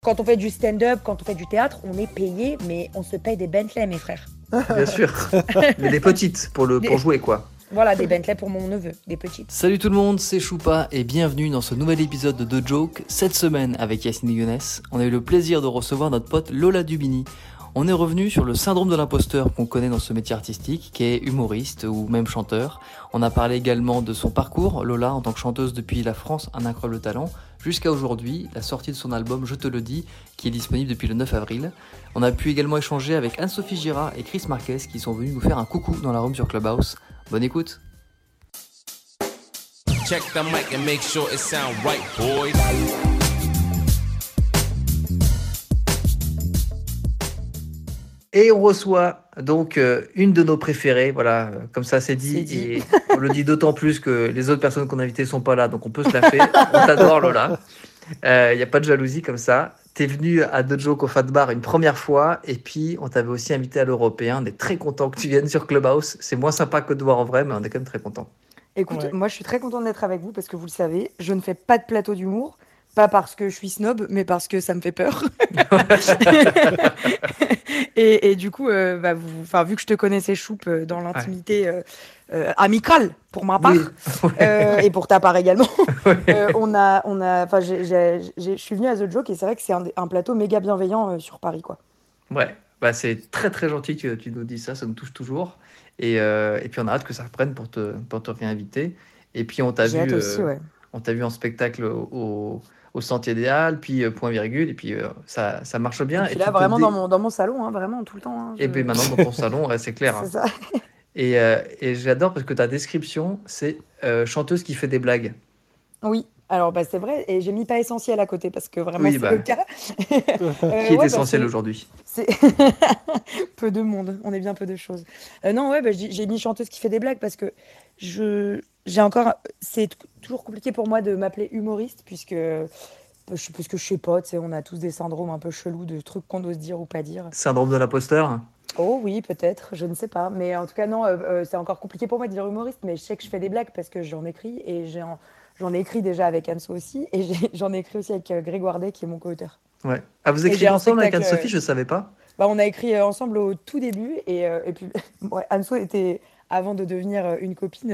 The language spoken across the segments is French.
Quand on fait du stand-up, quand on fait du théâtre, on est payé, mais on se paye des Bentley, mes frères. Bien sûr. Mais des petites, pour jouer, quoi. Voilà, des Bentley pour mon neveu, des petites. Salut tout le monde, c'est Choupa et bienvenue dans ce nouvel épisode de The Joke. Cette semaine, avec Yacine Younes, on a eu le plaisir de recevoir notre pote Lola Dubini. On est revenu sur le syndrome de l'imposteur qu'on connaît dans ce métier artistique, qui est humoriste ou même chanteur. On a parlé également de son parcours, Lola en tant que chanteuse depuis La France, un incroyable talent, jusqu'à aujourd'hui, la sortie de son album Je te le dis, qui est disponible depuis le 9 avril. On a pu également échanger avec Anne-Sophie Girard et Chris Marquez qui sont venus nous faire un coucou dans la room sur Clubhouse. Bonne écoute. Check the mic and make sure it sound right, boys. Et on reçoit donc une de nos préférées, voilà, comme ça c'est dit. Et on le dit d'autant plus que les autres personnes qu'on a invitées sont pas là, donc on peut se la faire. On t'adore Lola, il n'y a pas de jalousie comme ça. T'es venue à The Joke au Fat Bar une première fois, et puis on t'avait aussi invité à l'Européen. On est très content que tu viennes sur Clubhouse, c'est moins sympa que de voir en vrai, mais on est quand même très content. Écoute, Ouais. moi je suis très contente d'être avec vous parce que vous le savez, je ne fais pas de plateau d'humour. Pas parce que je suis snob, mais parce que ça me fait peur. et du coup, vu que je te connaissais Choupe dans l'intimité amicale pour ma part, Oui. et pour ta part également, Ouais. je suis venue à The Joke et c'est vrai que c'est un plateau méga bienveillant sur Paris, quoi. Ouais, bah c'est très très gentil que tu nous dises ça nous touche toujours. Et puis on a hâte que ça reprenne pour te réinviter. Et puis on t'a J'ai hâte vu, aussi, ouais. on t'a vu en spectacle au Centre Idéal, puis Point Virgule, et puis ça marche bien. Et puis Et là, tu te vraiment dis- dans mon salon, hein, vraiment tout le temps. Hein, Et puis maintenant dans ton salon, ouais, c'est clair. c'est Hein. ça. Et j'adore parce que ta description, c'est chanteuse qui fait des blagues. Oui, alors c'est vrai, et j'ai mis pas essentiel à côté parce que vraiment Oui, c'est bah, le cas. qui est Ouais, essentiel aujourd'hui. c'est peu de monde, on est bien peu de choses. Non, ouais, j'ai mis chanteuse qui fait des blagues parce que j'ai encore, c'est toujours compliqué pour moi de m'appeler humoriste parce que je sais pas, tu sais, on a tous des syndromes un peu chelous de trucs qu'on ose dire ou pas dire. Syndrome de l'imposteur. Oh oui, peut-être, je ne sais pas. Mais en tout cas, non, c'est encore compliqué pour moi de dire humoriste, mais je sais que je fais des blagues parce que j'en écris et j'en ai écrit déjà avec Anso aussi et j'en ai écrit aussi avec Grégoire Day qui est mon co-auteur. Ouais. Ah, vous Et écrivez j'ai un ensemble avec spectacle. Anne-Sophie, je savais pas. On a écrit ensemble au tout début et puis ouais, Anso était, avant de devenir une copine,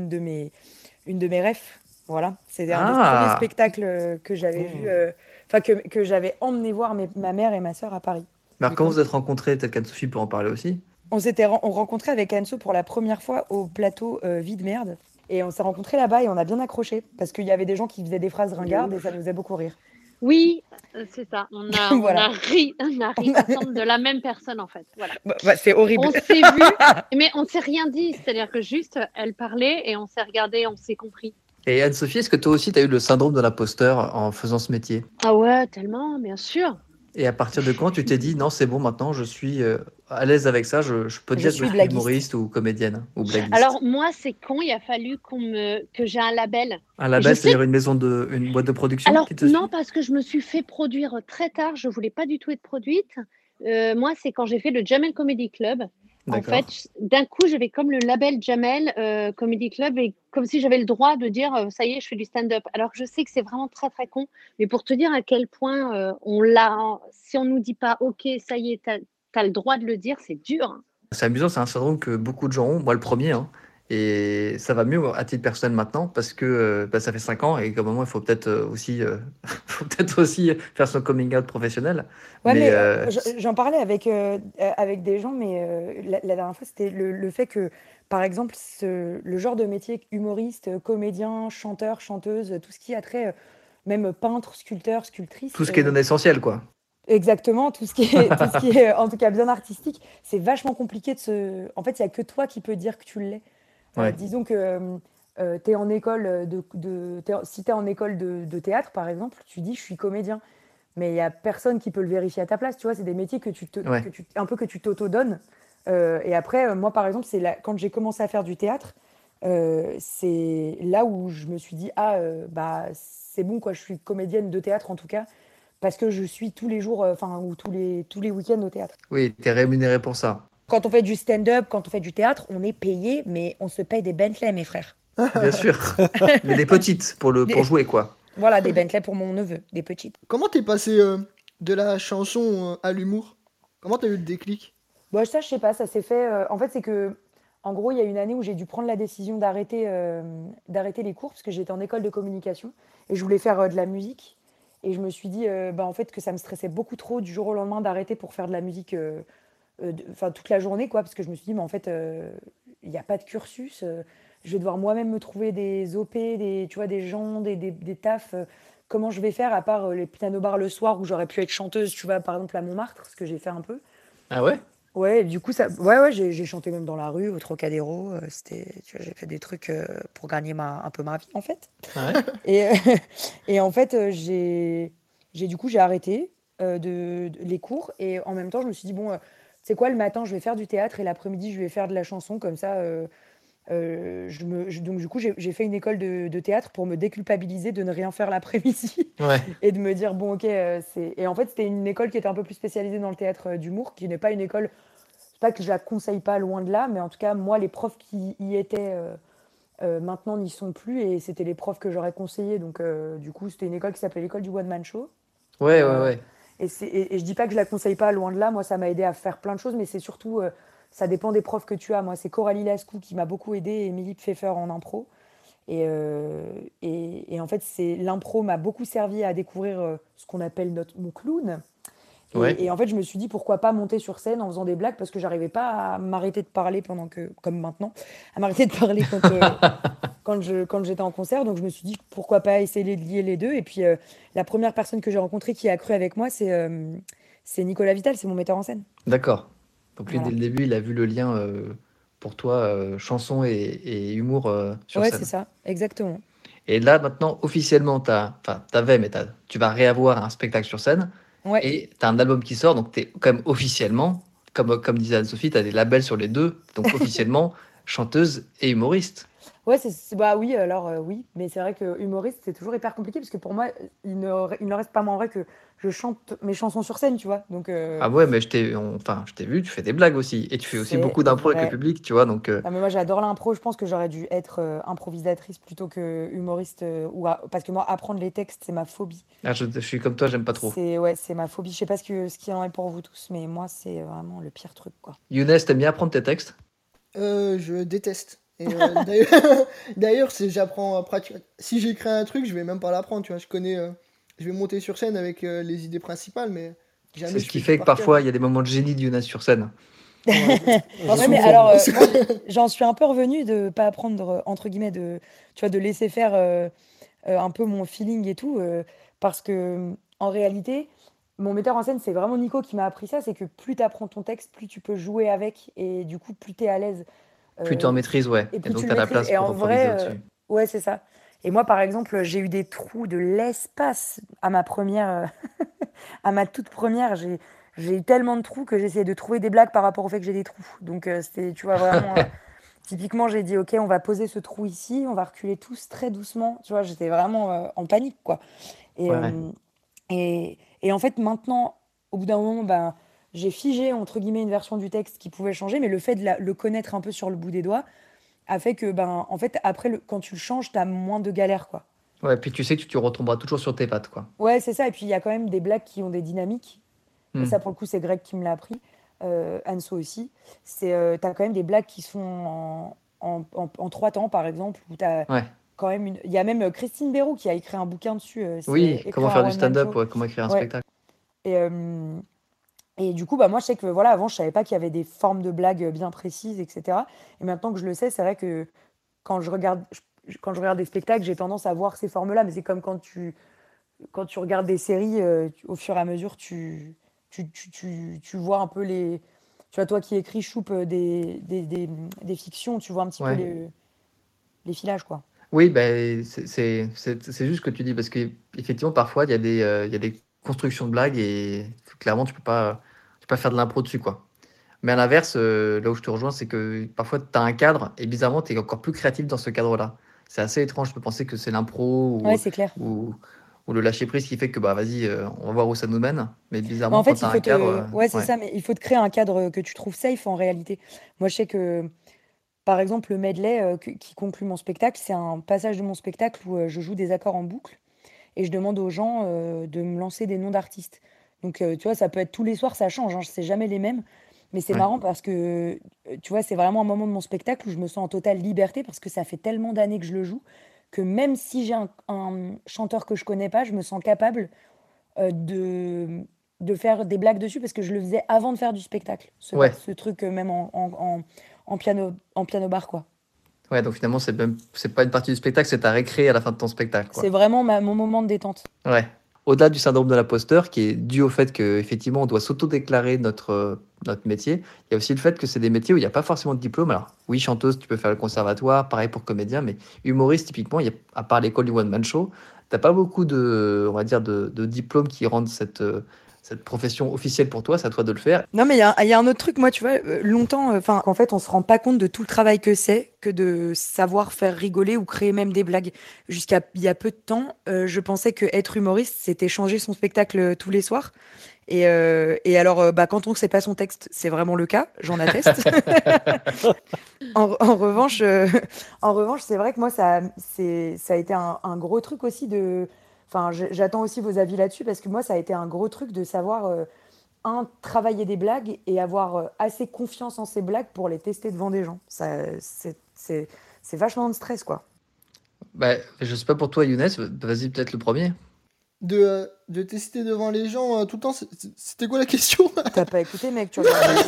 une de mes refs. Voilà, c'était un des premiers Ah, spectacles que j'avais vu, enfin que j'avais emmené voir ma mère et ma sœur à Paris. mais alors Du quand coup, vous êtes rencontrés, peut-être qu'Anne-Sophie peut en parler aussi. on rencontrait avec Anso pour la première fois au plateau Vie de merde. Et on s'est rencontrés là-bas et on a bien accroché parce qu'il y avait des gens qui faisaient des phrases ringardes et ça nous faisait beaucoup rire. Oui, c'est ça. On a Voilà. ri ensemble de la même personne, en fait. Voilà. C'est horrible. On s'est vu, mais on s'est rien dit. C'est-à-dire que juste, elle parlait et on s'est regardé, on s'est compris. Et Anne-Sophie, est-ce que toi aussi, tu as eu le syndrome de l'imposteur en faisant ce métier? Ah ouais, tellement, bien sûr. Et à partir de quand tu t'es dit, non, c'est bon, maintenant, je suis à l'aise avec ça, je peux Je dire que suis je suis blaguiste. humoriste ou comédienne ou blaguiste. Alors moi, c'est con. Il a fallu que j'ai un label. Un Et label, je sais- c'est-à-dire une boîte de production Alors qui te non, suit? parce que je me suis fait produire très tard. Je voulais pas du tout être produite. Moi, c'est quand j'ai fait le Jamel Comedy Club. En D'accord. fait, d'un coup, j'avais comme le label Jamel Comedy Club et comme si j'avais le droit de dire ça y est, je fais du stand-up. Alors que je sais que c'est vraiment très très con, mais pour te dire à quel point on l'a, si on nous dit pas ok, ça y est, t'as le droit de le dire, c'est dur. Hein. C'est amusant, c'est un syndrome que beaucoup de gens ont, moi le premier. Hein. Et ça va mieux à titre personnel maintenant parce que ça fait 5 ans et qu'à un moment, il faut peut-être faut peut-être aussi faire son coming out professionnel. Ouais, mais Mais j'en parlais avec des gens, mais la dernière fois, c'était le fait que, par exemple, le genre de métier humoriste, comédien, chanteur, chanteuse, tout ce qui a trait, même peintre, sculpteur, sculptrice, tout ce qui est non essentiel, quoi. exactement, tout ce qui est en tout cas bien artistique, c'est vachement compliqué de se. En fait, il n'y a que toi qui peux dire que tu l'es. Ouais. Disons que tu es en école si tu es en école de théâtre, par exemple, tu dis je suis comédien. Mais il n'y a personne qui peut le vérifier à ta place. Tu vois, c'est des métiers que Ouais. que tu t'auto-donnes. Et après, moi, par exemple, quand j'ai commencé à faire du théâtre, c'est là où je me suis dit, c'est bon, quoi, je suis comédienne de théâtre en tout cas, parce que je suis tous les jours, ou tous les week-ends au théâtre. Oui, tu es rémunéré pour ça. Quand on fait du stand-up, quand on fait du théâtre, on est payé, mais on se paye des Bentley, mes frères. Bien sûr. Mais des petites, pour jouer, quoi. Voilà, des Bentley pour mon neveu, des petites. Comment t'es passé de la chanson à l'humour? Comment tu as eu le déclic? Bon, ça, je sais pas, ça s'est fait. En fait, c'est que, en gros, il y a une année où j'ai dû prendre la décision d'arrêter les cours parce que j'étais en école de communication et je voulais faire de la musique. Et je me suis dit, bah, en fait, que ça me stressait beaucoup trop du jour au lendemain d'arrêter pour faire de la musique, enfin, toute la journée, quoi, parce que je me suis dit, mais en fait, il n'y a pas de cursus. Je vais devoir moi-même me trouver des OP, tu vois, des gens, des tafs. Comment je vais faire à part les piano-bars le soir où j'aurais pu être chanteuse, tu vois, par exemple à Montmartre, ce que j'ai fait un peu. Ah ouais? Ouais, et du coup, ouais, j'ai chanté même dans la rue, au Trocadéro. Tu vois, j'ai fait des trucs pour gagner un peu ma vie, en fait. Ah ouais? Et, et en fait, du coup, j'ai arrêté les cours. Et en même temps, je me suis dit, bon, c'est quoi, le matin, je vais faire du théâtre et l'après-midi, je vais faire de la chanson. Comme ça, donc, du coup, j'ai fait une école de théâtre pour me déculpabiliser de ne rien faire l'après-midi Ouais. et de me dire, bon, ok, Et en fait, c'était une école qui était un peu plus spécialisée dans le théâtre d'humour, qui n'est pas une école. C'est pas que je la conseille pas, loin de là, mais en tout cas, moi, les profs qui y étaient maintenant n'y sont plus et c'était les profs que j'aurais conseillé. Donc, du coup, c'était une école qui s'appelait l'école du One Man Show. Ouais, Et, ouais, ouais. et je dis pas que je la conseille pas, loin de là. Moi, ça m'a aidé à faire plein de choses, mais c'est surtout, ça dépend des profs que tu as. Moi, c'est Coralie Lascou qui m'a beaucoup aidé et Émilie Pfeffer en impro. Et en fait, l'impro m'a beaucoup servi à découvrir ce qu'on appelle mon clown. Ouais. Et en fait, je me suis dit pourquoi pas monter sur scène en faisant des blagues parce que j'arrivais pas à m'arrêter de parler comme maintenant, à m'arrêter de parler quand j'étais en concert. Donc je me suis dit pourquoi pas essayer de lier les deux. Et puis la première personne que j'ai rencontrée qui a cru avec moi, c'est Nicolas Vital, c'est mon metteur en scène. D'accord. Donc lui, dès Voilà. le début, il a vu le lien pour toi, chanson et humour sur Ouais, c'est scène. ça, exactement. Et là, maintenant, officiellement, enfin, t'avais, mais tu vas réavoir un spectacle sur scène Ouais. et t'as un album qui sort, donc t'es quand même officiellement, comme disait Anne-Sophie, t'as des labels sur les deux, donc officiellement chanteuse et humoriste. Ouais, bah oui, alors oui, mais c'est vrai que humoriste, c'est toujours hyper compliqué parce que pour moi, il ne reste pas moins vrai que je chante mes chansons sur scène, tu vois. Donc, Ah ouais, mais enfin, je t'ai vu, tu fais des blagues aussi, et tu fais aussi c'est beaucoup d'impro avec le vrai. public, tu vois, donc Non, mais moi, j'adore l'impro. Je pense que j'aurais dû être improvisatrice plutôt que humoriste. Parce que moi, apprendre les textes, c'est ma phobie. je suis comme toi, j'aime pas trop. Ouais, c'est ma phobie. Je sais pas ce qu'il en est pour vous tous, mais moi, c'est vraiment le pire truc, quoi. Younes, t'aimes bien apprendre tes textes? Je déteste. Et d'ailleurs, d'ailleurs, j'apprends à pratiquer. Si j'écris un truc, je vais même pas l'apprendre, tu vois. Je vais monter sur scène avec les idées principales, mais C'est jamais ce je qui fais tout fait que par cœur. parfois, il y a des moments de génie de Younes sur scène. Ouais, Ouais, mais souvent. alors, moi, j'en suis un peu revenue de pas apprendre, entre guillemets, tu vois, de laisser faire un peu mon feeling et tout, parce que, en réalité, mon metteur en scène, c'est vraiment Nico qui m'a appris ça, c'est que plus tu apprends ton texte, plus tu peux jouer avec, et du coup, plus tu es à l'aise, Plus tu en euh, maîtrises, ouais, et et plus tu donc le t'as la maîtrises. place Et pour en improviser vrai, au-dessus. ouais, c'est ça. Et moi, par exemple, j'ai eu des trous de l'espace à ma première, à ma toute première. J'ai eu tellement de trous que j'essayais de trouver des blagues par rapport au fait que j'ai des trous. Donc, c'était, tu vois, vraiment. Typiquement, j'ai dit, OK, on va poser ce trou ici, on va reculer tous très doucement. Tu vois, j'étais vraiment en panique, quoi. Et, Ouais. et en fait, maintenant, au bout d'un moment, ben, j'ai figé, entre guillemets, une version du texte qui pouvait changer, mais le fait de le connaître un peu sur le bout des doigts a fait que, ben, en fait, après, quand tu le changes, tu as moins de galères, quoi. Ouais, puis tu sais que tu retomberas toujours sur tes pattes, quoi. Ouais, c'est ça. Et puis, il y a quand même des blagues qui ont des dynamiques. Et Hmm. ça, pour le coup, c'est Greg qui me l'a appris. Anso aussi. T'as quand même des blagues qui sont en trois temps, par exemple, où t'as Ouais. quand même une. Il y a même Christine Béroux qui a écrit un bouquin dessus. C'est Oui, comment écrire un faire du one-man stand-up, show. ouais, comment écrire un Ouais. spectacle. Et, du coup, bah, moi, je sais que voilà, avant, je savais pas qu'il y avait des formes de blagues bien précises, etc. Et maintenant que je le sais, c'est vrai que quand quand je regarde des spectacles, j'ai tendance à voir ces formes-là. Mais c'est comme quand tu regardes des séries, au fur et à mesure, tu vois un peu les. Tu vois, toi qui écris Choupe des fictions, tu vois un petit peu Ouais. les filages, quoi. Oui, ben, c'est juste ce que tu dis, parce qu'effectivement, parfois, il y a des constructions de blagues et clairement, tu peux pas faire de l'impro dessus, quoi. Mais à l'inverse, là où je te rejoins, c'est que parfois, tu as un cadre et bizarrement, tu es encore plus créatif dans ce cadre-là. C'est assez étrange. Je peux penser que c'est l'impro Ouais, c'est clair. ou le lâcher-prise qui fait que, bah, vas-y, on va voir où ça nous mène. Mais Mais en bizarrement, quand fait, tu as un cadre, Ouais, c'est ouais. ça, mais il faut te créer un cadre que tu trouves safe en réalité. Moi, je sais que, par exemple, le medley qui conclut mon spectacle, c'est un passage de mon spectacle où je joue des accords en boucle et je demande aux gens de me lancer des noms d'artistes. Donc, tu vois, ça peut être tous les soirs, ça change, hein, c'est jamais les mêmes. Mais c'est Ouais. marrant parce que, tu vois, c'est vraiment un moment de mon spectacle où je me sens en totale liberté parce que ça fait tellement d'années que je le joue que même si j'ai un chanteur que je connais pas, je me sens capable de faire des blagues dessus parce que je le faisais avant de faire du spectacle. Ouais. Ce truc, même en piano bar, quoi. Ouais, donc finalement, c'est pas une partie du spectacle, c'est ta récré à la fin de ton spectacle, C'est quoi. vraiment mon moment de détente. Ouais. Au-delà du syndrome de l'imposteur, qui est dû au fait qu'effectivement, on doit s'auto-déclarer notre métier, il y a aussi le fait que c'est des métiers où il n'y a pas forcément de diplôme. Alors, oui, chanteuse, tu peux faire le conservatoire, pareil pour comédien, mais humoriste, typiquement, à part l'école du one-man show, t'as pas beaucoup on va dire, de diplômes qui rendent cette profession officielle pour toi, c'est à toi de le faire. Non, mais il y a un autre truc, moi, tu vois, longtemps, enfin, qu'en fait, on se rend pas compte de tout le travail que c'est que de savoir faire rigoler ou créer même des blagues. Jusqu'à il y a peu de temps, je pensais que être humoriste, c'était changer son spectacle tous les soirs. Et alors, bah, quand on ne sait pas son texte, c'est vraiment le cas, j'en atteste. En revanche, c'est vrai que moi, ça a été un gros truc aussi de. Enfin, j'attends aussi vos avis là-dessus parce que moi, ça a été un gros truc de savoir, travailler des blagues et avoir assez confiance en ces blagues pour les tester devant des gens. C'est vachement de stress, quoi. Bah, je sais pas pour toi, Younes, vas-y, peut-être le premier. De tester devant les gens tout le temps, c'était quoi la question? T'as pas écouté, mec, tu regardes.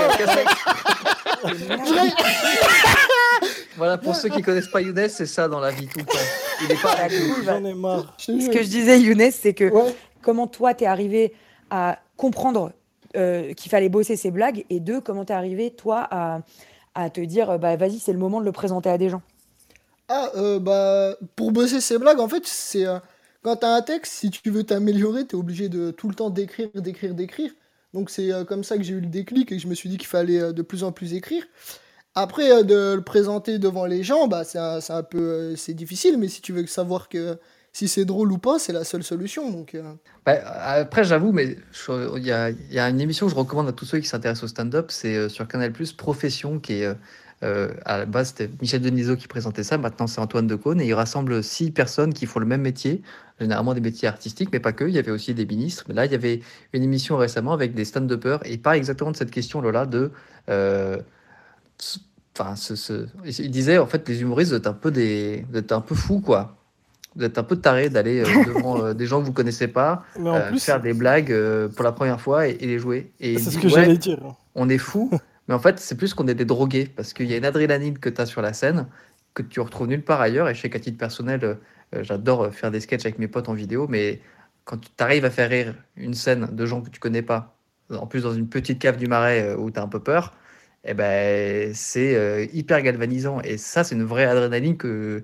Voilà, pour ceux qui connaissent pas Younes, c'est ça dans la vie tout le temps. Il est pas La couille, J'en ai marre. Je te Ce jure. que je disais, Younes, c'est que Ouais. comment toi, t'es arrivé à comprendre qu'il fallait bosser ces blagues, et deux, comment t'es arrivé, toi, à te dire, bah vas-y, c'est le moment de le présenter à des gens. Ah, bah, pour bosser ces blagues, en fait, c'est quand t'as un texte, si tu veux t'améliorer, t'es obligé de tout le temps d'écrire, d'écrire, d'écrire. Donc c'est comme ça que j'ai eu le déclic et que je me suis dit qu'il fallait de plus en plus écrire. Après, de le présenter devant les gens, bah, c'est un peu c'est difficile, mais si tu veux savoir que si c'est drôle ou pas, c'est la seule solution. Donc, Bah, après, j'avoue, mais il y a une émission que je recommande à tous ceux qui s'intéressent au stand-up, c'est sur Canal+, Profession, qui est à la base, c'était Michel Denisot qui présentait ça, maintenant c'est Antoine Decaune, et il rassemble 6 personnes qui font le même métier, généralement des métiers artistiques, mais pas que, il y avait aussi des ministres. Mais là, il y avait une émission récemment avec des stand-uppers, et il parle exactement de cette question, Lola, de... euh, s- Enfin, il disait, en fait, les humoristes, vous êtes un peu fous, quoi. Vous êtes un peu taré d'aller devant des gens que vous connaissez pas, Mais en plus, faire des blagues pour la première fois et les jouer. Et il c'est ce dit, que ouais, j'allais dire. on est fou, mais en fait, c'est plus qu'on est des drogués, parce qu'il y a une adrénaline que tu as sur la scène, que tu retrouves nulle part ailleurs. Et je sais qu'à titre personnel, j'adore faire des sketchs avec mes potes en vidéo, mais quand tu arrives à faire rire une scène de gens que tu connais pas, en plus dans une petite cave du Marais où tu as un peu peur, eh ben, c'est hyper galvanisant. Et ça, c'est une vraie adrénaline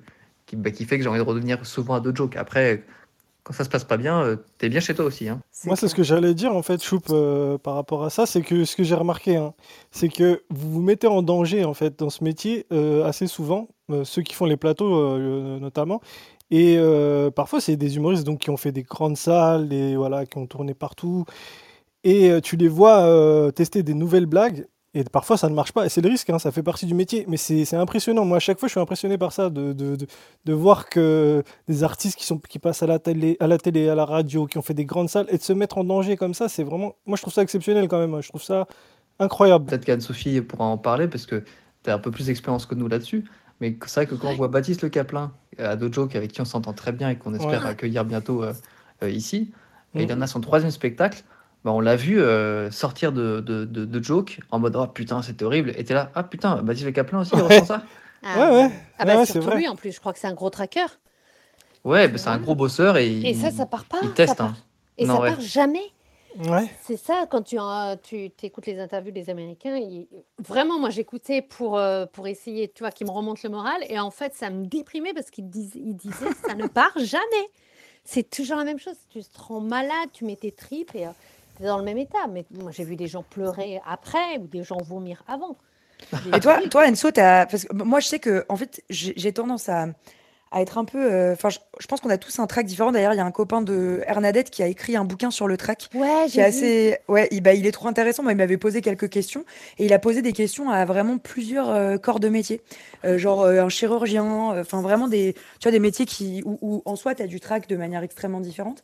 qui fait que j'ai envie de redevenir souvent à d'autres jokes. Après, quand ça se passe pas bien, t'es bien chez toi aussi, hein. Moi, c'est ce que j'allais dire, en fait, Choup, par rapport à ça, c'est que ce que j'ai remarqué, hein, c'est que vous vous mettez en danger, en fait, dans ce métier, assez souvent, ceux qui font les plateaux, notamment. Et parfois, c'est des humoristes donc, qui ont fait des grandes salles, voilà, qui ont tourné partout. Et tu les vois tester des nouvelles blagues. Et parfois, ça ne marche pas. Et c'est le risque, hein, ça fait partie du métier. Mais c'est impressionnant. Moi, à chaque fois, je suis impressionné par ça, de voir que des artistes qui passent à la radio, qui ont fait des grandes salles, et de se mettre en danger comme ça, c'est vraiment... Moi, je trouve ça exceptionnel quand même, hein. Je trouve ça incroyable. Peut-être qu'Anne-Sophie pourra en parler parce que tu as un peu plus d'expérience que nous là-dessus. Mais c'est vrai que quand on voit Baptiste Le Caplin à Dojoke, avec qui on s'entend très bien et qu'on espère Ouais. accueillir bientôt ici, et il Mm. en a son 3e spectacle, bah, on l'a vu sortir de Joke en mode oh putain, c'était horrible. Et t'es là, ah putain, Baptiste Le Caplin aussi, il Ouais. ressent ça. Ouais. Ah bah Ouais, c'est surtout vrai. lui en plus, je crois que c'est un gros tracker. Ouais, bah, c'est un gros bosseur et Et ça part pas. il teste. Ça Hein. part. Et Non, ça ouais. part jamais. Ouais. C'est ça, quand tu écoutes les interviews des Américains, vraiment, moi j'écoutais pour essayer, tu vois, qu'ils me remontent le moral, et en fait, ça me déprimait parce qu'ils disaient, ça ne part jamais. C'est toujours la même chose. Tu te rends malade, tu mets tes tripes et tu es dans le même état. Mais moi, j'ai vu des gens pleurer après ou des gens vomir avant. Et toi, Enso, parce que moi, je sais que, en fait, j'ai tendance à être un peu. Enfin, je pense qu'on a tous un track différent. D'ailleurs, il y a un copain de Hernadette qui a écrit un bouquin sur le track. Ouais, Qui est assez. Ouais, il est trop intéressant. Moi, il m'avait posé quelques questions. Et il a posé des questions à vraiment plusieurs corps de métier. Genre un chirurgien. Enfin, vraiment tu vois, des métiers où en soi, tu as du track de manière extrêmement différente.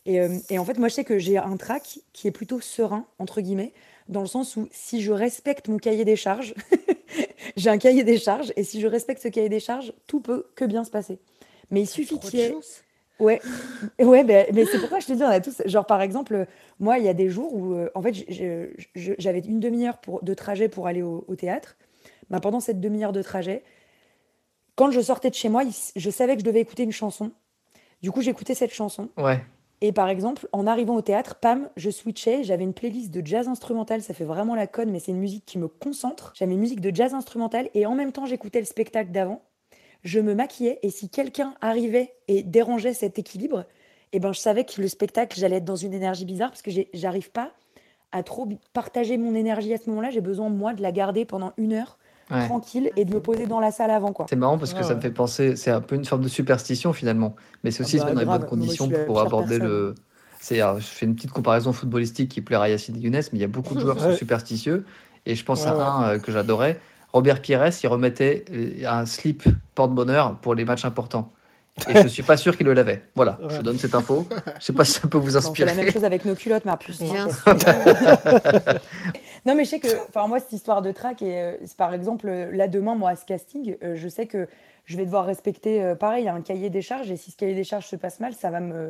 Et en fait, moi, je sais que j'ai un track qui est plutôt serein, entre guillemets, dans le sens où si je respecte mon cahier des charges, j'ai un cahier des charges, et si je respecte ce cahier des charges, tout peut que bien se passer. Mais il suffit Trop de qu'il y ait... chance. Ouais, ouais, mais c'est pourquoi je te dis, on a tous... Genre, par exemple, moi, il y a des jours où, en fait, j'avais une demi-heure de trajet pour aller au théâtre. Bah, pendant cette demi-heure de trajet, quand je sortais de chez moi, je savais que je devais écouter une chanson. Du coup, j'écoutais cette chanson. Ouais. Et par exemple, en arrivant au théâtre, pam, je switchais, j'avais une playlist de jazz instrumental, ça fait vraiment la conne, mais c'est une musique qui me concentre. J'avais une musique de jazz instrumental et en même temps, j'écoutais le spectacle d'avant. Je me maquillais et si quelqu'un arrivait et dérangeait cet équilibre, eh ben, je savais que le spectacle, j'allais être dans une énergie bizarre parce que j'arrive pas à trop partager mon énergie à ce moment-là. J'ai besoin, moi, de la garder pendant 1 heure, Ouais. tranquille, et de me poser dans la salle avant, quoi. C'est marrant parce que Ah ça me ouais. fait penser, c'est un peu une forme de superstition finalement, mais c'est Ah aussi se bah mettre dans les bonnes grave, mais moi je conditions suis la pour pire aborder personne. le. Je fais une petite comparaison footballistique qui plaira à Yacine et Younes, mais il y a beaucoup de joueurs qui sont Ouais, superstitieux, et je pense ouais, à ouais. un que j'adorais, Robert Pires, il remettait un slip porte-bonheur pour les matchs importants, et je suis pas sûr qu'il le lavait. Voilà, je Ouais. donne cette info. Je sais pas si ça peut vous Bah, on fait la même inspirer. chose avec nos culottes, Marcus, Bien t'inquiète. sûr. Non, mais je sais que, enfin, moi, cette histoire de track, et c'est par exemple, là, demain, moi, à ce casting, je sais que je vais devoir respecter, pareil, un cahier des charges, et si ce cahier des charges se passe mal,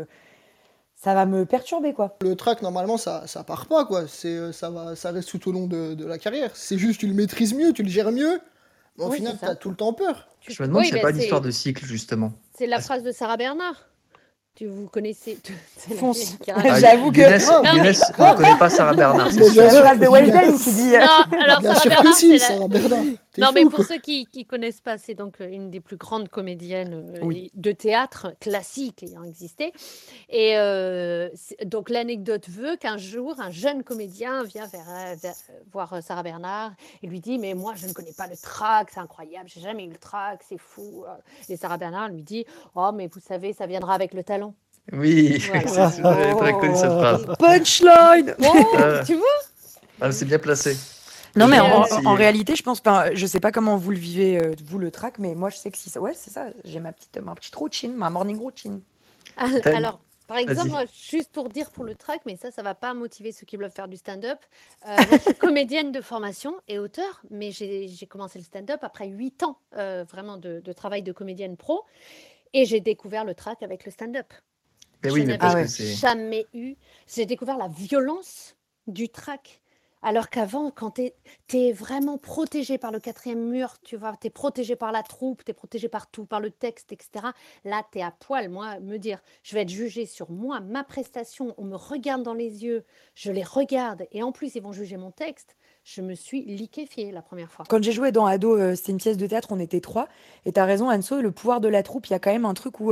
ça va me perturber, quoi. Le track, normalement, ça part pas, quoi. Ça reste tout au long de la carrière. C'est juste, tu le maîtrises mieux, tu le gères mieux. Mais au Oui, final, c'est t'as ça. tout le temps peur. Je me demande Oui, s'il n'y a ben pas une histoire c'est de cycle justement. la Parce- phrase de Sarah Bernard. Vous connaissez, c'est la Fonce. vieille qui Ah, raconte. J'avoue que. Younes, Grave, Non, mais Younes ne connaît pas Sarah Bernard, c'est Mais C'est sûr. bien la sûr, phrase de Weshden qui dit. non, alors bien Sarah sûr que Bernard, si, c'est Sarah Bernard. T'es Non, mais fou, pour quoi. ceux qui connaissent pas, c'est donc une des plus grandes comédiennes Oui. de théâtre classique ayant existé. Et donc l'anecdote veut qu'un jour, un jeune comédien vient voir Sarah Bernard et lui dit: Mais moi, je ne connais pas le track, c'est incroyable, j'ai jamais eu le track, c'est fou. Et Sarah Bernard lui dit: Oh, mais vous savez, ça viendra avec le talent. Oui, Voilà. j'avais très connu cette phrase. Punchline! Oh, tu vois? Ah, c'est bien placé. Non, Je mais me Et, demande en si. réalité, je pense pas. Je sais pas comment vous le vivez, vous, le track, mais moi, je sais que si ça. Ouais, c'est ça. J'ai ma petite routine, ma morning routine. T'as une- Alors, par exemple, Vas-y. moi, juste pour dire pour le track, mais ça va pas motiver ceux qui veulent faire du stand-up. Moi, je suis comédienne de formation et auteur, mais j'ai commencé le stand-up après 8 ans vraiment de travail de comédienne pro. Et j'ai découvert le track avec le stand-up. Mais Je oui, mais Ah parce n'avais que ouais. c'est. jamais eu. J'ai découvert la violence du track. Alors qu'avant, quand tu es vraiment protégé par le quatrième mur, tu vois, tu es protégé par la troupe, tu es protégé par tout, par le texte, etc. Là, tu es à poil. Moi, me dire, je vais être jugée sur moi, ma prestation, on me regarde dans les yeux, je les regarde, et en plus, ils vont juger mon texte. Je me suis liquéfiée la première fois. Quand j'ai joué dans Ado, c'était une pièce de théâtre, on était 3. Et t'as raison, Anso, le pouvoir de la troupe, il y a quand même un truc où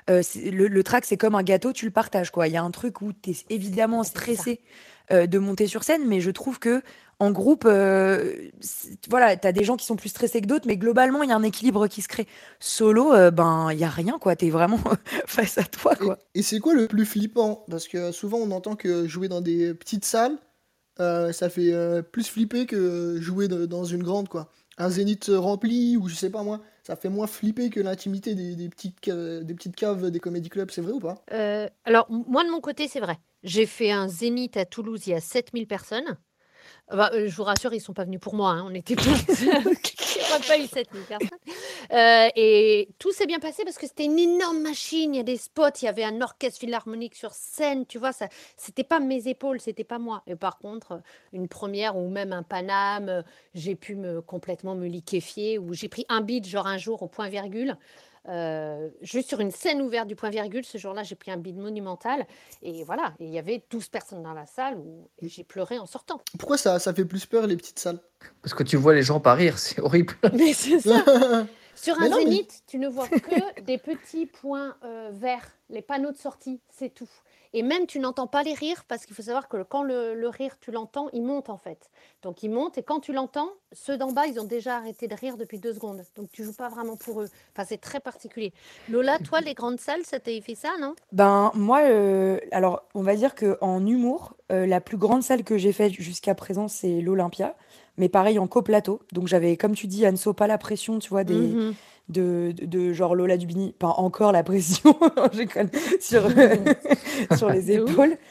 le track, c'est comme un gâteau, tu le partages, quoi. Il y a un truc où t'es évidemment C'est ça. stressé de monter sur scène, mais je trouve que en groupe, voilà, t'as des gens qui sont plus stressés que d'autres, mais globalement, il y a un équilibre qui se crée. Solo, ben, il y a rien, quoi. T'es vraiment face à toi, quoi. Et c'est quoi le plus flippant? Parce que souvent, on entend que jouer dans des petites salles, ça fait plus flipper que jouer dans une grande, quoi. Un zénith rempli, ou je sais pas moi, ça fait moins flipper que l'intimité des petites caves des comédie clubs, c'est vrai ou pas? Alors, moi, de mon côté, c'est vrai. J'ai fait un zénith à Toulouse, il y a 7000 personnes. Bah, je vous rassure, ils ne sont pas venus pour moi, hein, on était tous. Il n'y aurait pas eu 7000 personnes. Et tout s'est bien passé parce que c'était une énorme machine. Il y a des spots, il y avait un orchestre philharmonique sur scène, tu vois, ça, c'était pas mes épaules, c'était pas moi. Et par contre, une première ou même un Paname, j'ai pu complètement me liquéfier, ou j'ai pris un beat, genre un jour au point virgule. Juste sur une scène ouverte du point virgule, ce jour-là, j'ai pris un beat monumental. Et voilà, et il y avait 12 personnes dans la salle où j'ai pleuré en sortant. Pourquoi ça fait plus peur, les petites salles? Parce que tu vois les gens pas rire, c'est horrible. Mais c'est ça. Sur Mais un non, mais zénith, tu ne vois que des petits points verts, les panneaux de sortie, c'est tout. Et même, tu n'entends pas les rires parce qu'il faut savoir que quand le rire, tu l'entends, il monte en fait. Donc, il monte et quand tu l'entends, ceux d'en bas, ils ont déjà arrêté de rire depuis 2 secondes. Donc, tu joues pas vraiment pour eux. Enfin, c'est très particulier. Lola, toi, les grandes salles, ça t'a fait ça, non? Ben, moi, alors, on va dire qu'en humour, la plus grande salle que j'ai faite jusqu'à présent, c'est l'Olympia. Mais pareil, en coplateau. Donc, j'avais, comme tu dis, Anso, pas la pression, tu vois, Mhm. de genre Lola Dubini, pas encore la pression je connais, sur les De ouf. épaules,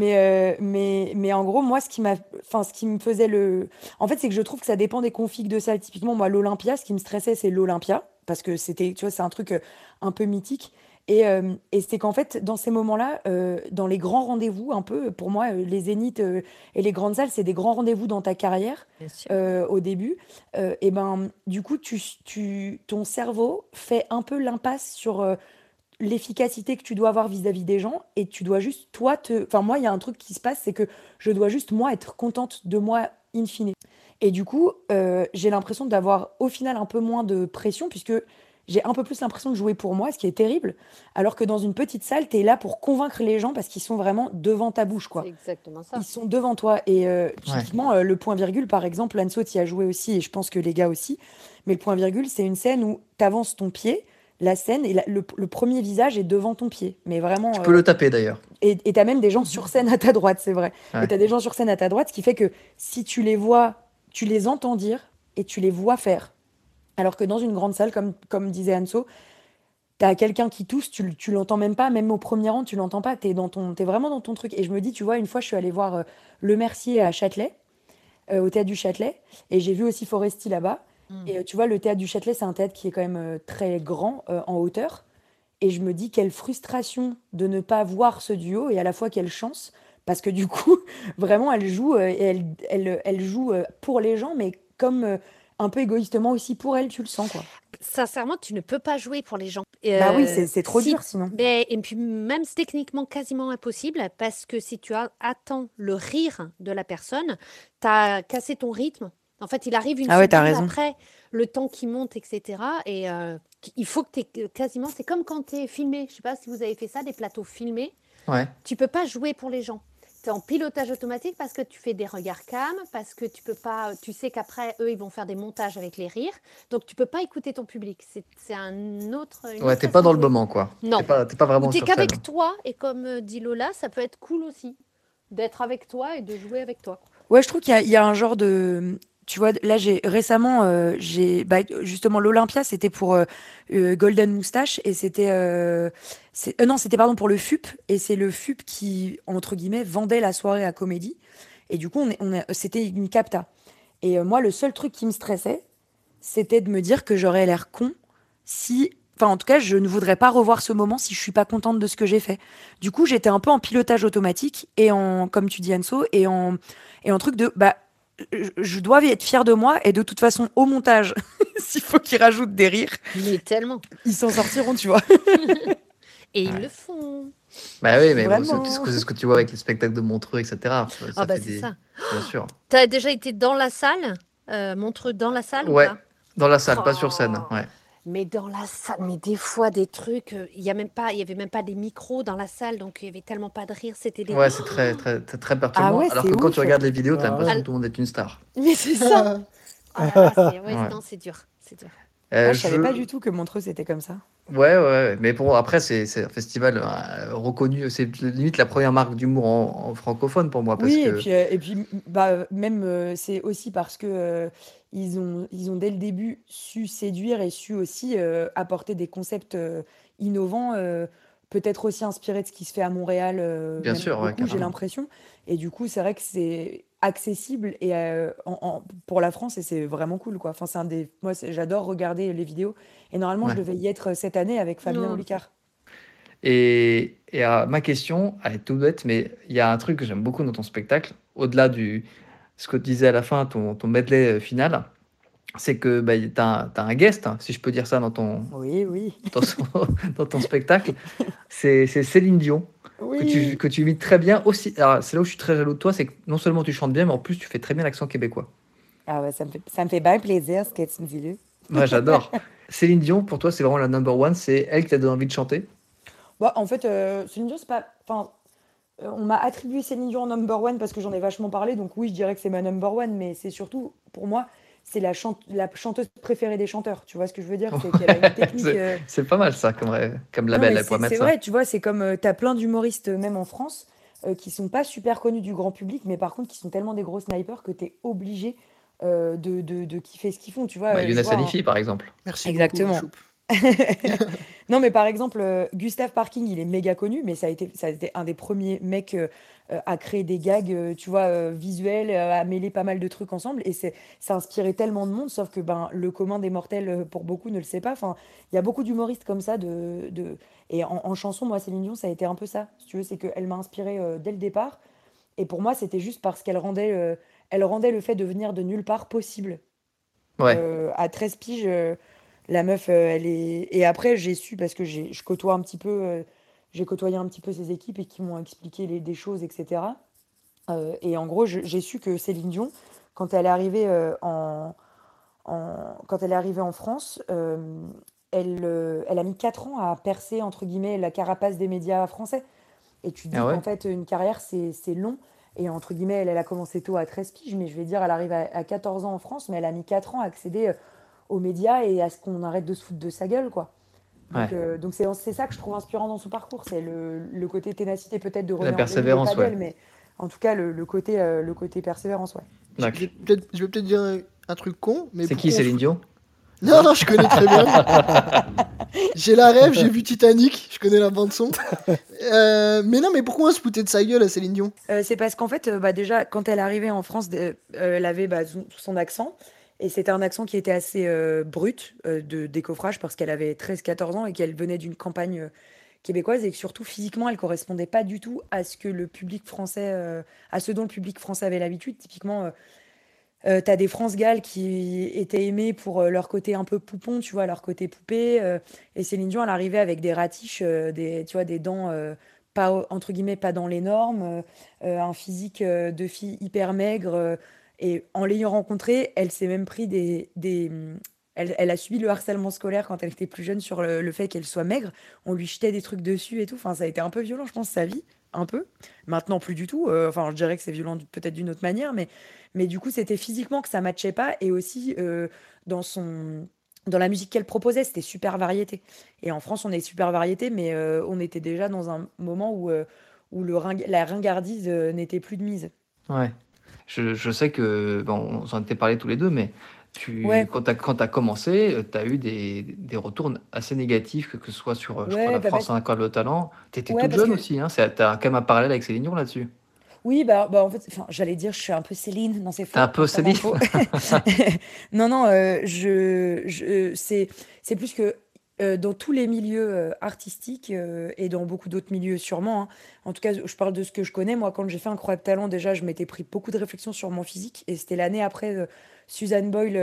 mais en gros, moi, ce qui me faisait en fait, c'est que je trouve que ça dépend des configs de salle. Typiquement, moi, l'Olympia, ce qui me stressait, c'est l'Olympia, parce que c'était, tu vois, c'est un truc un peu mythique. Et c'est qu'en fait, dans ces moments-là, dans les grands rendez-vous, un peu, pour moi, les zéniths et les grandes salles, c'est des grands rendez-vous dans ta carrière Bien sûr. au début. Et ben, du coup, ton cerveau fait un peu l'impasse sur l'efficacité que tu dois avoir vis-à-vis des gens et tu dois juste, toi, Enfin, moi, il y a un truc qui se passe, c'est que je dois juste, moi, être contente de moi in fine. Et du coup, j'ai l'impression d'avoir au final un peu moins de pression puisque j'ai un peu plus l'impression de jouer pour moi, ce qui est terrible. Alors que dans une petite salle, tu es là pour convaincre les gens parce qu'ils sont vraiment devant ta bouche, quoi. C'est exactement ça. Ils sont devant toi. Et Ouais. typiquement, le point virgule, par exemple, Anso y a joué aussi, et je pense que les gars aussi. Mais le point virgule, c'est une scène où tu avances ton pied, la scène, et le premier visage est devant ton pied. Mais vraiment. Tu peux le taper d'ailleurs. Et tu as même des gens sur scène à ta droite, c'est vrai. Ouais. Et tu as des gens sur scène à ta droite, ce qui fait que si tu les vois, tu les entends dire et tu les vois faire. Alors que dans une grande salle, comme disait Anso, t'as quelqu'un qui tousse, tu l'entends même pas, même au premier rang, tu l'entends pas, t'es vraiment dans ton truc. Et je me dis, tu vois, une fois, je suis allée voir Le Mercier à Châtelet, au théâtre du Châtelet, et j'ai vu aussi Foresti là-bas. Et tu vois, le théâtre du Châtelet, c'est un théâtre qui est quand même très grand en hauteur. Et je me dis, quelle frustration de ne pas voir ce duo, et à la fois quelle chance, parce que du coup, vraiment, elle joue, et elle joue pour les gens, mais comme un peu égoïstement aussi pour elle, tu le sens, quoi. Sincèrement, tu ne peux pas jouer pour les gens. Bah oui, c'est trop Si, dur sinon. et puis même c'est techniquement quasiment impossible parce que si tu attends le rire de la personne, tu as cassé ton rythme. En fait, il arrive une Ah ouais, t'as seconde raison. après, le temps qui monte, etc. Et il faut que tu quasiment. C'est comme quand tu es filmé. Je sais pas si vous avez fait ça, des plateaux filmés. Ouais. Tu peux pas jouer pour les gens. Tu es en pilotage automatique parce que tu fais des regards cam, parce que tu peux pas, tu sais qu'après eux ils vont faire des montages avec les rires, donc tu peux pas écouter ton public. C'est une Ouais, autre t'es façon pas dans de le jouer. moment, quoi. Non. T'es pas Ou vraiment t'es sur scène. qu'avec toi et comme dit Lola, ça peut être cool aussi d'être avec toi et de jouer avec toi. Ouais, je trouve qu'il y a un genre de. Tu vois, là, récemment, justement, l'Olympia, c'était pour Golden Moustache, et c'était. Non, c'était, pardon, pour le FUP, et c'est le FUP qui, entre guillemets, vendait la soirée à Comédie. Et du coup, c'était une capta. Et moi, le seul truc qui me stressait, c'était de me dire que j'aurais l'air con si. Enfin, en tout cas, je ne voudrais pas revoir ce moment si je suis pas contente de ce que j'ai fait. Du coup, j'étais un peu en pilotage automatique et comme tu dis Anso, et en truc de, bah, je dois être fière de moi, et de toute façon, au montage, s'il faut qu'ils rajoutent des rires, Mais tellement. ils s'en sortiront, tu vois. Et ils Ouais. le font. Bah oui, mais bon, Vraiment. c'est ce que tu vois avec les spectacles de Montreux, etc. Ça Ah bah fait c'est ça. Bien sûr. T'as déjà été dans la salle, Montreux dans la salle ou Ouais, pas? dans la salle, pas sur scène. Oh. Ouais. Mais dans la salle, mais des fois des trucs, il y avait même pas des micros dans la salle, donc il y avait tellement pas de rire, c'était des. Ouais, c'est très perturbant. Ah ouais, Alors c'est que quand ouf. tu regardes les vidéos, t'as Ah l'impression ouais. que tout le monde est une star. Mais c'est ça. Oh là là, ouais, Ouais. non, c'est dur, c'est dur. Ah, je savais pas du tout que Montreux, c'était comme ça. Ouais. Mais bon, après, c'est un festival reconnu. C'est limite la première marque d'humour en francophone pour moi. Parce Oui, que... et puis bah, même c'est aussi parce que ils ont dès le début su séduire et su aussi apporter des concepts innovants, peut-être aussi inspirés de ce qui se fait à Montréal, Bien même sûr, ouais, beaucoup, j'ai carrément. l'impression. Et du coup, c'est vrai que c'est accessible et pour la France, et c'est vraiment cool, quoi. Enfin, moi, j'adore regarder les vidéos. Et normalement, je Ouais. devais y être cette année avec Fabien Non. Olicard. Et ma question, elle est tout bête, mais il y a un truc que j'aime beaucoup dans ton spectacle, au-delà du ce que tu disais à la fin, ton medley final, c'est que bah, t'as un guest, hein, si je peux dire ça Oui. dans, son- dans ton spectacle. C'est Céline Dion, Oui. que tu imites très bien aussi. Alors, c'est là où je suis très jaloux de toi, c'est que non seulement tu chantes bien, mais en plus tu fais très bien l'accent québécois. Ah ouais, ça me fait bien plaisir ce que tu me dis là. Moi, j'adore. Céline Dion, pour toi, c'est vraiment la number one, c'est elle qui t'a donné envie de chanter. Bah, en fait, Céline Dion, c'est pas. Enfin, on m'a attribué Céline Dion en number one parce que j'en ai vachement parlé, donc oui, je dirais que c'est ma number one, mais c'est surtout, pour moi, c'est la chanteuse préférée des chanteurs. Tu vois ce que je veux dire? C'est qu'elle a une technique. C'est pas mal ça comme Non, mais label, elle pourrait c'est mettre ça. vrai, tu vois, c'est comme t'as plein d'humoristes, même en France, qui sont pas super connus du grand public, mais par contre qui sont tellement des gros snipers que t'es obligé de kiffer ce qu'ils font. Tu vois, Bah, je Younes vois Hanifi, par exemple. Merci beaucoup, exactement. Choup. Non, mais par exemple, Gustave Parking, il est méga connu, mais ça a été un des premiers mecs à créer des gags, tu vois, visuels, à mêler pas mal de trucs ensemble. Et ça a inspiré tellement de monde, sauf que ben, le commun des mortels, pour beaucoup, ne le sait pas. Enfin, il y a beaucoup d'humoristes comme ça. Et en chanson, moi, Céline Dion, ça a été un peu ça. Si tu veux, c'est qu'elle m'a inspiré dès le départ. Et pour moi, c'était juste parce elle rendait le fait de venir de nulle part possible. Ouais, À 13 piges, la meuf, elle est. Et après, j'ai su parce que je côtoie un petit peu, j'ai côtoyé un petit peu ses équipes et qui m'ont expliqué des choses, etc. Et en gros, j'ai su que Céline Dion, quand elle est arrivée quand elle est arrivée en France, elle a mis 4 ans à percer, entre guillemets, la carapace des médias français. Et tu te ah dis qu'en ouais, fait, une carrière, c'est long. Et entre guillemets, elle a commencé tôt à 13 piges, mais je vais dire, elle arrive à 14 ans en France, mais elle a mis 4 ans à accéder aux médias et à ce qu'on arrête de se foutre de sa gueule, quoi. ouais. Donc c'est ça que je trouve inspirant dans son parcours, c'est le côté ténacité peut-être de La relever pas persévérance, ouais. d'elle, mais en tout cas le côté persévérance, ouais. D'accord. Je vais peut-être dire un truc con, mais C'est qui pourquoi on se Céline fout... Dion? Non, non, je connais très bien. J'ai la rêve, j'ai vu Titanic, je connais la bande son. Mais non, mais pourquoi on se foutait de sa gueule à Céline Dion? C'est parce qu'en fait, bah, déjà, quand elle arrivait en France, elle avait bah, son accent. Et c'était un accent qui était assez brut de décoffrage parce qu'elle avait 13 14 ans et qu'elle venait d'une campagne québécoise et que surtout physiquement, elle correspondait pas du tout à ce que le public français, à ce dont le public français avait l'habitude. Typiquement, t'as des France Gall qui étaient aimés pour leur côté un peu poupon, tu vois, leur côté poupée. Et Céline Dion, elle arrivait avec des ratiches, tu vois, des dents pas, entre guillemets, pas dans les normes, un physique de fille hyper maigre. Et en l'ayant rencontrée, elle s'est même pris elle a subi le harcèlement scolaire quand elle était plus jeune sur le fait qu'elle soit maigre. On lui jetait des trucs dessus et tout. Enfin, ça a été un peu violent, je pense, sa vie. Un peu. Maintenant, plus du tout. Enfin, je dirais que c'est violent peut-être d'une autre manière, mais du coup, c'était physiquement que ça matchait pas et aussi dans dans la musique qu'elle proposait, c'était super variété. Et en France, on est super variété, mais on était déjà dans un moment où la ringardise n'était plus de mise. Ouais. Je sais que, bon, on s'en était parlé tous les deux, mais Ouais, quand t'as commencé, tu as eu des retours assez négatifs, que ce soit sur, je crois, ouais, la France Incroyable le talent. Tu étais ouais, toute parce jeune que aussi, hein. T'as quand même un parallèle avec Céline Dion là-dessus. oui, en fait, enfin, j'allais dire, je suis un peu Céline, non, c'est T'es un faux, peu entièrement Céline. faux. Non, non, c'est plus que dans tous les milieux artistiques et dans beaucoup d'autres milieux sûrement, hein. En tout cas, je parle de ce que je connais. Moi, quand j'ai fait Incroyable Talent, déjà, je m'étais pris beaucoup de réflexions sur mon physique et c'était l'année après Suzanne Boyle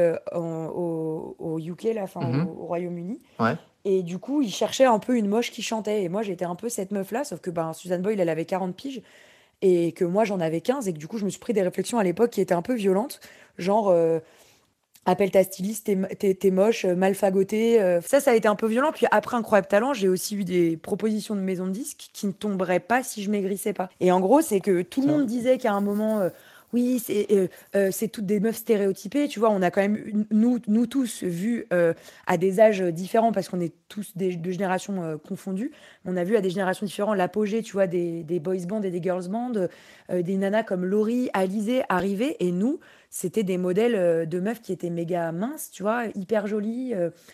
au UK, là, enfin, Mhm. au Royaume-Uni. Ouais. Et du coup, ils cherchaient un peu une moche qui chantait. Et moi, j'étais un peu cette meuf-là, sauf que ben, Suzanne Boyle, elle avait 40 piges et que moi j'en avais 15 et que du coup je me suis pris des réflexions à l'époque qui étaient un peu violentes, genre appelle ta styliste, t'es moche, mal fagoté. Ça a été un peu violent. Puis après Incroyable Talent, j'ai aussi eu des propositions de maisons de disques qui ne tomberaient pas si je maigrissais pas. Et en gros, c'est que tout le Ça. monde disait qu'à un moment, oui, c'est toutes des meufs stéréotypées. Tu vois, on a quand même, nous tous, vu à des âges différents, parce qu'on est tous de générations confondues, on a vu à des générations différentes l'apogée, tu vois, des boys bands et des girls bands, des nanas comme Laurie, Alizée arriver. Et nous, c'était des modèles de meufs qui étaient méga minces, tu vois, hyper jolies,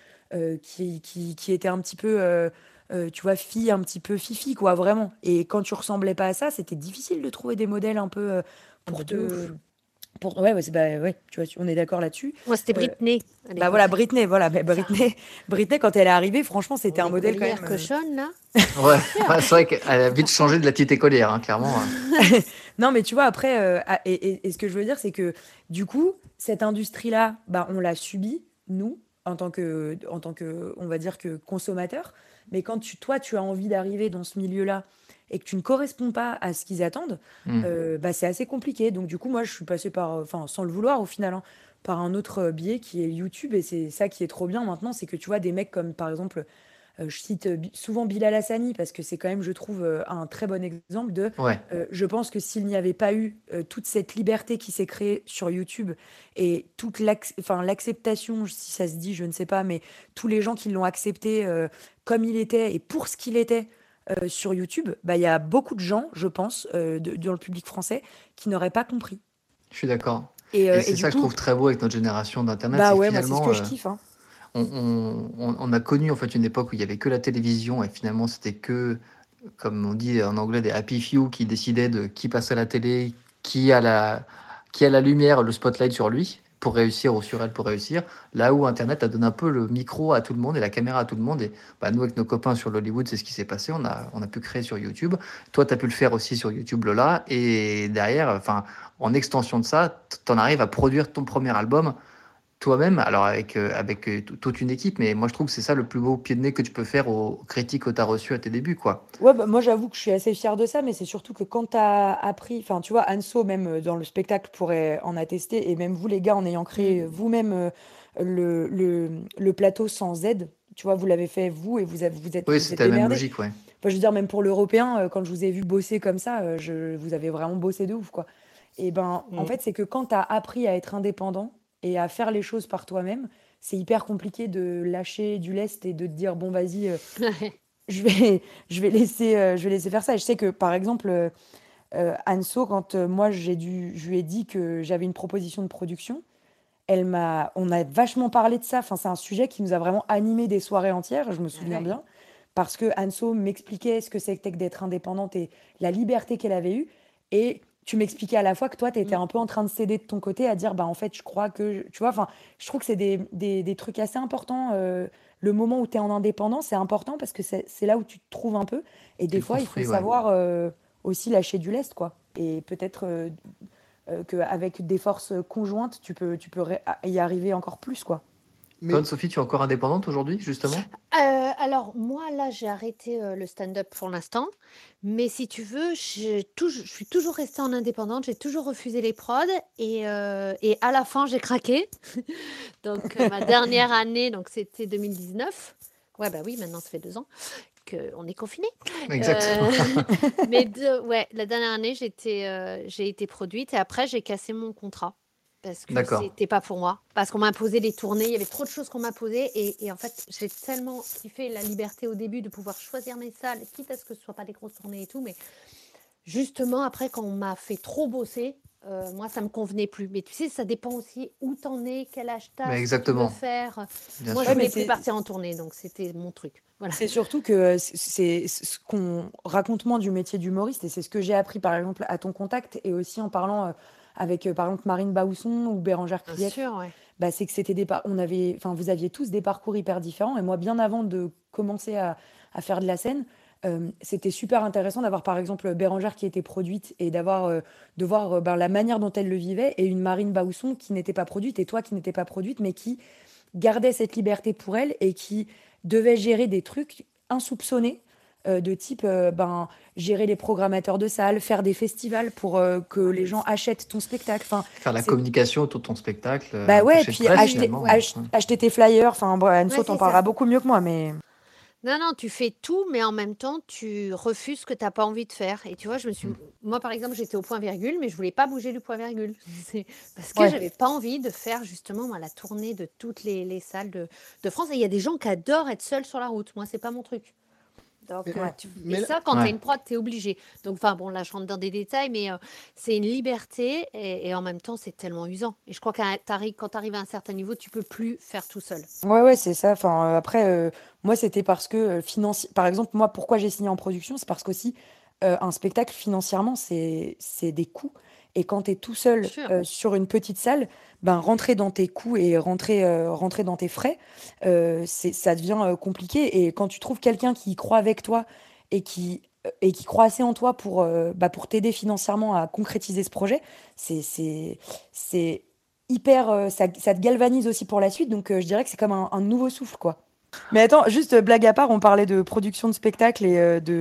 qui étaient un petit peu, tu vois, filles un petit peu fifi, quoi, vraiment. Et quand tu ressemblais pas à ça, c'était difficile de trouver des modèles un peu Ah bah pour de te... ouf. Ouais, ouais, ouais, tu vois, on est d'accord là-dessus. Moi, c'était Euh, Britney à Bah voilà, l'époque. Britney, voilà, bah, Ça. Britney, quand elle est arrivée, franchement, c'était un Les modèle quand collières même. cochonnes, là. Ouais. Ouais, c'est vrai qu'elle a vite changé de la petite écolière, hein, clairement. Non, mais tu vois, après, et ce que je veux dire, c'est que du coup, cette industrie-là, bah, on l'a subie, nous, en tant que, on va dire que consommateur. Mais quand toi, tu as envie d'arriver dans ce milieu-là et que tu ne corresponds pas à ce qu'ils attendent, Hmm. bah, c'est assez compliqué. Donc, du coup, moi, je suis passée par, enfin, sans le vouloir au final, hein, par un autre biais qui est YouTube. Et c'est ça qui est trop bien maintenant, c'est que tu vois des mecs comme, par exemple, je cite souvent Bilal Hassani parce que c'est quand même, je trouve, un très bon exemple de. Ouais. Je pense que s'il n'y avait pas eu toute cette liberté qui s'est créée sur YouTube et toute enfin, l'acceptation, si ça se dit, je ne sais pas, mais tous les gens qui l'ont accepté comme il était et pour ce qu'il était sur YouTube, bah, il y a beaucoup de gens, je pense, dans le public français, qui n'auraient pas compris. Je suis d'accord. Et, Et et c'est du ça que je coup, trouve très beau avec notre génération d'Internet, bah c'est que ouais, moi c'est ce finalement, que je kiffe, hein. on a connu en fait une époque où il y avait que la télévision et finalement c'était que, comme on dit en anglais, des happy few qui décidaient de qui passe à la télé, qui a la lumière, le spotlight sur lui pour réussir ou sur elle pour réussir. Là où Internet a donné un peu le micro à tout le monde et la caméra à tout le monde. Et nous, avec nos copains sur l'Hollywood, c'est ce qui s'est passé. On a pu créer sur YouTube. Toi, tu as pu le faire aussi sur YouTube, Lola. Et derrière, en extension de ça, tu en arrives à produire ton premier album toi-même, alors avec toute une équipe, mais moi je trouve que c'est ça le plus beau pied de nez que tu peux faire aux critiques que tu as reçues à tes débuts, quoi. Ouais, bah, moi j'avoue que je suis assez fière de ça, mais c'est surtout que quand tu as appris, enfin tu vois, Anso même dans le spectacle pourrait en attester, et même vous les gars en ayant créé vous-même le plateau sans aide, tu vois, vous l'avez fait vous et Oui, vous êtes c'était la même démerdés. logique, ouais. Enfin, je veux dire, même pour l'européen, quand je vous ai vu bosser comme ça, vous avez vraiment bossé de ouf, quoi. Et ben, en Mm. fait, c'est que quand tu as appris à être indépendant et à faire les choses par toi-même, c'est hyper compliqué de lâcher du lest et de te dire, bon, vas-y, je vais, je vais laisser faire ça. Et je sais que, par exemple, Anso, quand moi, je lui ai dit que j'avais une proposition de production, on a vachement parlé de ça. Enfin, c'est un sujet qui nous a vraiment animé des soirées entières, je me souviens Ouais. bien, parce que Anso m'expliquait ce que c'était que d'être indépendante et la liberté qu'elle avait eue. Et tu m'expliquais à la fois que toi, tu étais Mm. un peu en train de céder de ton côté à dire, bah en fait, je crois que, tu vois, enfin, je trouve que c'est des trucs assez importants. Le moment où tu es en indépendance, c'est important parce que c'est là où tu te trouves un peu. Et Tu des le fois, il faut construis, ouais. savoir aussi lâcher du lest, quoi. Et peut-être qu'avec des forces conjointes, tu peux y arriver encore plus, quoi. Toi, Mais Sophie, tu es encore indépendante aujourd'hui, justement? Alors moi là j'ai arrêté le stand-up pour l'instant, mais si tu veux, je suis toujours restée en indépendante, j'ai toujours refusé les prods et à la fin j'ai craqué. Donc ma dernière année, donc c'était 2019. Ouais bah oui, maintenant ça fait 2 ans qu'on est confiné. Exactement. Mais ouais, la dernière année j'ai été produite et après j'ai cassé mon contrat. Parce que D'accord. c'était pas pour moi. Parce qu'on m'a imposé des tournées, il y avait trop de choses qu'on m'a posées. Et en fait, j'ai tellement kiffé la liberté au début de pouvoir choisir mes salles, quitte à ce que ce soit pas des grosses tournées et tout. Mais justement, après, quand on m'a fait trop bosser, moi, ça me convenait plus. Mais tu sais, ça dépend aussi où t'en es, quel âge t'as, Mais ce que tu veux exactement, faire. bien Moi, je Ouais, sûr. mais voulais plus partir en tournée, donc c'était mon truc. Voilà. c'est surtout que c'est ce qu'on raconte moins du métier d'humoriste, et c'est ce que j'ai appris par exemple à ton contact, et aussi en parlant avec par exemple Marine Baousson ou Bérangère Bien Krief, sûr, ouais. bah, c'est que c'était enfin vous aviez tous des parcours hyper différents, et moi bien avant de commencer à faire de la scène, c'était super intéressant d'avoir par exemple Bérangère qui était produite et de voir ben, la manière dont elle le vivait, et une Marine Baousson qui n'était pas produite, et toi qui n'étais pas produite mais qui gardait cette liberté pour elle et qui devait gérer des trucs insoupçonnés, de type ben, gérer les programmateurs de salles, faire des festivals pour que les gens achètent ton spectacle. Enfin, Faire la c'est communication autour de ton spectacle, bah ouais, attaché de puis presse Oui, finalement. ouais. Ouais. acheter tes flyers. Enfin, bon, Anso Ouais, t'en c'est parlera ça. beaucoup mieux que moi, mais Non, non, tu fais tout, mais en même temps, tu refuses ce que tu as pas envie de faire. Et tu vois, moi, par exemple, j'étais au point virgule, mais je voulais pas bouger du point virgule. C'est parce que ouais. j'avais pas envie de faire justement moi, la tournée de toutes les salles de France. Et il y a des gens qui adorent être seuls sur la route. Moi, c'est pas mon truc. Donc, mais Ouais. et mais là ça, quand tu as Ouais. une prod, tu es obligé. Donc, enfin, bon, là, je rentre dans des détails, mais c'est une liberté et en même temps, c'est tellement usant. Et je crois que quand tu arrives à un certain niveau, tu peux plus faire tout seul. Ouais, ouais, c'est ça. Enfin, après, moi, c'était parce que par exemple, moi, pourquoi j'ai signé en production, c'est parce qu'aussi, un spectacle, financièrement, c'est des coûts. Et quand tu es tout seul Sûr. sur une petite salle, ben, rentrer dans tes coûts et rentrer dans tes frais, ça devient compliqué. Et quand tu trouves quelqu'un qui y croit avec toi et qui croit assez en toi pour t'aider financièrement à concrétiser ce projet, c'est hyper, ça te galvanise aussi pour la suite, donc je dirais que c'est comme un nouveau souffle, quoi. Mais attends, juste blague à part, on parlait de production de spectacle et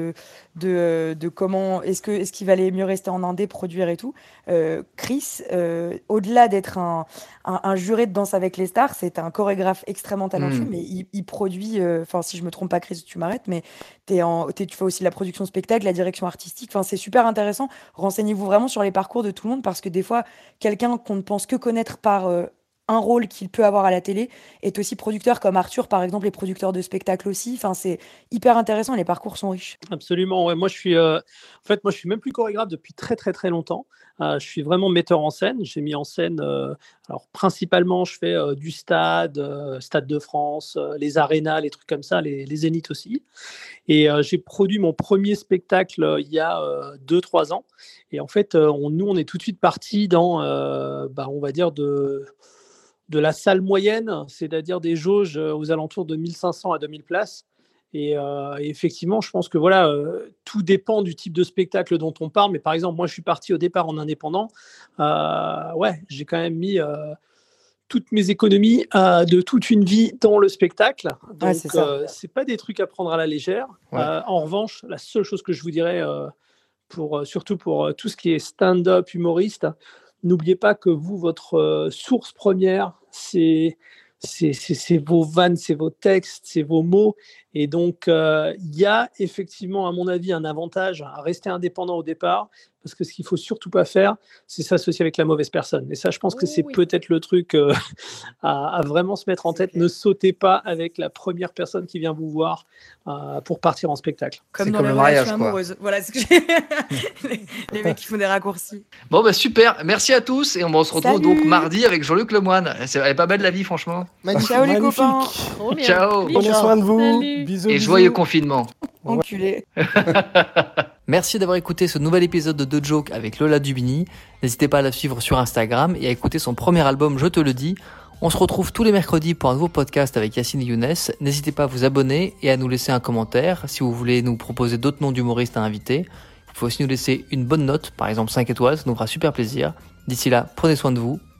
de comment est-ce qu'il valait mieux rester en indé, produire et tout. Chris, au-delà d'être un juré de Danse avec les stars, c'est un chorégraphe extrêmement talentueux, Hmm. mais il produit, enfin si je me trompe pas, Chris, tu m'arrêtes, mais tu fais aussi la production de spectacle, la direction artistique, enfin c'est super intéressant. Renseignez-vous vraiment sur les parcours de tout le monde, parce que des fois, quelqu'un qu'on ne pense que connaître par un rôle qu'il peut avoir à la télé est aussi producteur, comme Arthur, par exemple, est producteur de spectacles aussi. Enfin, c'est hyper intéressant, les parcours sont riches. Absolument, ouais. Moi, je suis même plus chorégraphe depuis très, très, très longtemps. Je suis vraiment metteur en scène. J'ai mis en scène, alors principalement, je fais du Stade de France, les arénas, les trucs comme ça, les zéniths aussi. Et j'ai produit mon premier spectacle il y a 2-3 ans. Et en fait, on est tout de suite parti dans, on va dire, de la salle moyenne, c'est-à-dire des jauges aux alentours de 1500 à 2000 places. Et effectivement, je pense que voilà, tout dépend du type de spectacle dont on parle. Mais par exemple, moi, je suis parti au départ en indépendant. J'ai quand même mis toutes mes économies de toute une vie dans le spectacle. Donc, c'est pas des trucs à prendre à la légère. Ouais. En revanche, la seule chose que je vous dirais, surtout pour tout ce qui est stand-up humoriste, n'oubliez pas que vous, votre source première, c'est vos vannes, c'est vos textes, c'est vos mots. Et donc, il y a effectivement, à mon avis, un avantage à rester indépendant au départ, parce que ce qu'il ne faut surtout pas faire, c'est s'associer avec la mauvaise personne. Et ça, je pense que c'est peut-être le truc à vraiment se mettre en tête. Clair. Ne sautez pas avec la première personne qui vient vous voir pour partir en spectacle. Comme C'est dans comme les le mariage, relations quoi. amoureuses. Voilà ce que j'ai. les mecs qui font des raccourcis. Bon, bah super. Merci à tous. Et on se retrouve Salut. donc mardi avec Jean-Luc Lemoine. Elle est pas belle la vie, franchement. Magnifique. Ciao les Magnifique. copains. Trop bien. Ciao. Prenez soin de vous. Salut. Bisous. Et bisous. joyeux confinement. Enculé. Merci d'avoir écouté ce nouvel épisode de The Joke avec Lola Dubini. N'hésitez pas à la suivre sur Instagram et à écouter son premier album Je te le dis. On se retrouve tous les mercredis pour un nouveau podcast avec Yacine et Younes. N'hésitez pas à vous abonner et à nous laisser un commentaire si vous voulez nous proposer d'autres noms d'humoristes à inviter. Vous pouvez aussi nous laisser une bonne note, par exemple 5 étoiles, ça nous fera super plaisir. D'ici là, prenez soin de vous